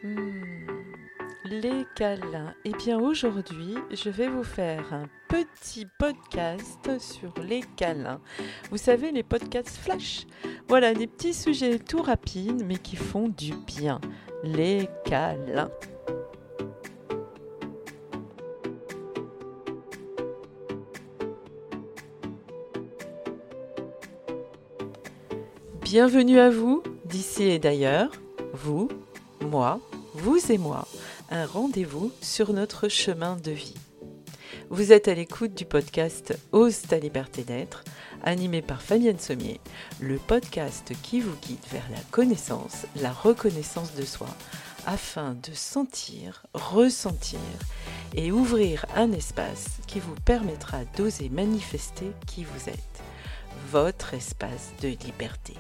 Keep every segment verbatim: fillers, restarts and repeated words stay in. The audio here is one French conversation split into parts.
Hmm, les câlins. Eh bien aujourd'hui, je vais vous faire un petit podcast sur les câlins. Vous savez, les podcasts flash. Voilà, des petits sujets tout rapides, mais qui font du bien. Les câlins. Bienvenue à vous, d'ici et d'ailleurs. Vous, moi, vous et moi. Un rendez-vous sur notre chemin de vie. Vous êtes à l'écoute du podcast Ose ta liberté d'être, animé par Fabienne Sommier, le podcast qui vous guide vers la connaissance, la reconnaissance de soi, afin de sentir, ressentir et ouvrir un espace qui vous permettra d'oser manifester qui vous êtes, votre espace de liberté.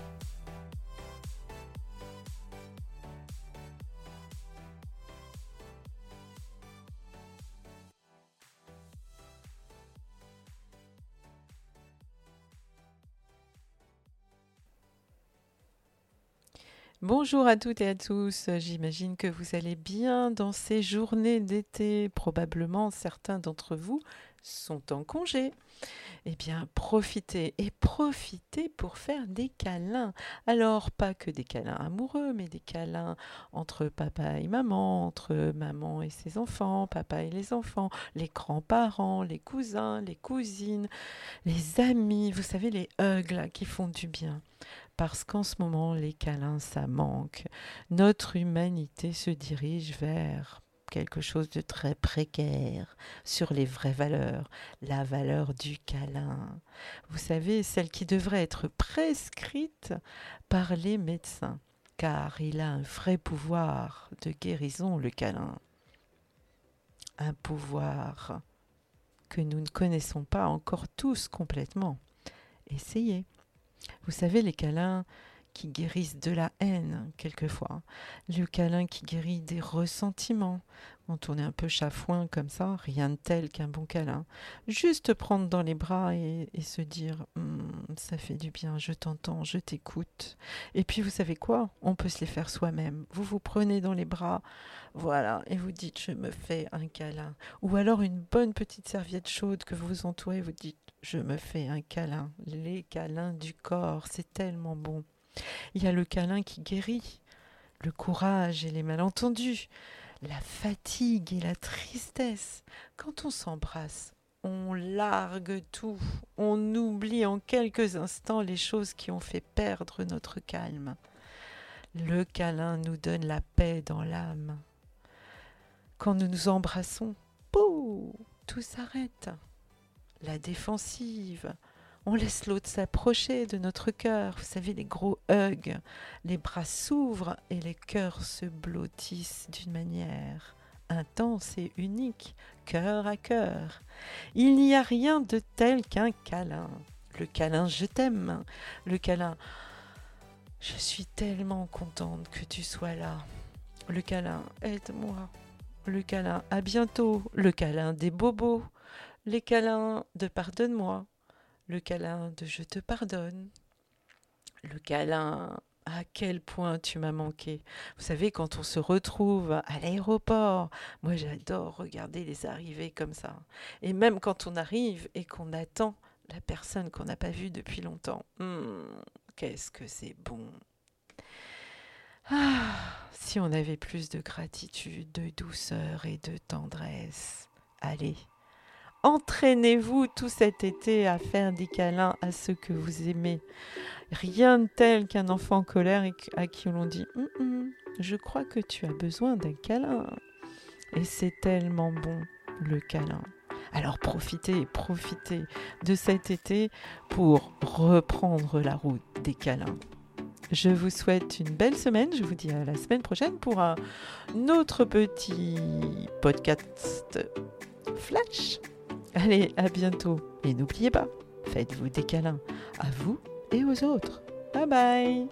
Bonjour à toutes et à tous, j'imagine que vous allez bien dans ces journées d'été. Probablement certains d'entre vous sont en congé. Eh bien, profitez et profitez pour faire des câlins. Alors, pas que des câlins amoureux, mais des câlins entre papa et maman, entre maman et ses enfants, papa et les enfants, les grands-parents, les cousins, les cousines, les amis, vous savez, les hugs là, qui font du bien. Parce qu'en ce moment, les câlins, ça manque. Notre humanité se dirige vers quelque chose de très précaire sur les vraies valeurs, la valeur du câlin. Vous savez, celle qui devrait être prescrite par les médecins, car il a un vrai pouvoir de guérison, le câlin. Un pouvoir que nous ne connaissons pas encore tous complètement. Essayez. Vous savez, les câlins qui guérissent de la haine, quelquefois. Le câlin qui guérit des ressentiments. Quand on est un peu chafouin comme ça, rien de tel qu'un bon câlin. Juste prendre dans les bras et, et se dire hm, ça fait du bien, je t'entends, je t'écoute. Et puis vous savez quoi? On peut se les faire soi-même. Vous vous prenez dans les bras, voilà, et vous dites je me fais un câlin. Ou alors une bonne petite serviette chaude que vous vous entourez, vous dites je me fais un câlin. Les câlins du corps, c'est tellement bon. Il y a le câlin qui guérit, le courage et les malentendus, la fatigue et la tristesse. Quand on s'embrasse, on largue tout, on oublie en quelques instants les choses qui ont fait perdre notre calme. Le câlin nous donne la paix dans l'âme. Quand nous nous embrassons, pouf, tout s'arrête. La défensive, on laisse l'autre s'approcher de notre cœur. Vous savez, les gros hugs. Les bras s'ouvrent et les cœurs se blottissent d'une manière intense et unique, cœur à cœur. Il n'y a rien de tel qu'un câlin. Le câlin je t'aime. Le câlin je suis tellement contente que tu sois là. Le câlin aide-moi. Le câlin à bientôt. Le câlin des bobos. Les câlins de pardonne-moi. Le câlin de je te pardonne. Le câlin à quel point tu m'as manqué. Vous savez, quand on se retrouve à l'aéroport, moi j'adore regarder les arrivées comme ça. Et même quand on arrive et qu'on attend la personne qu'on n'a pas vue depuis longtemps. Hmm, qu'est-ce que c'est bon. Ah, si on avait plus de gratitude, de douceur et de tendresse. Allez. Entraînez-vous tout cet été à faire des câlins à ceux que vous aimez. Rien de tel qu'un enfant en colère à qui l'on dit hum, hum, je crois que tu as besoin d'un câlin. Et c'est tellement bon, le câlin. Alors profitez, profitez de cet été pour reprendre la route des câlins. Je vous souhaite une belle semaine. Je vous dis à la semaine prochaine pour un autre petit podcast flash. Allez, à bientôt. Et n'oubliez pas, faites-vous des câlins à vous et aux autres. Bye bye.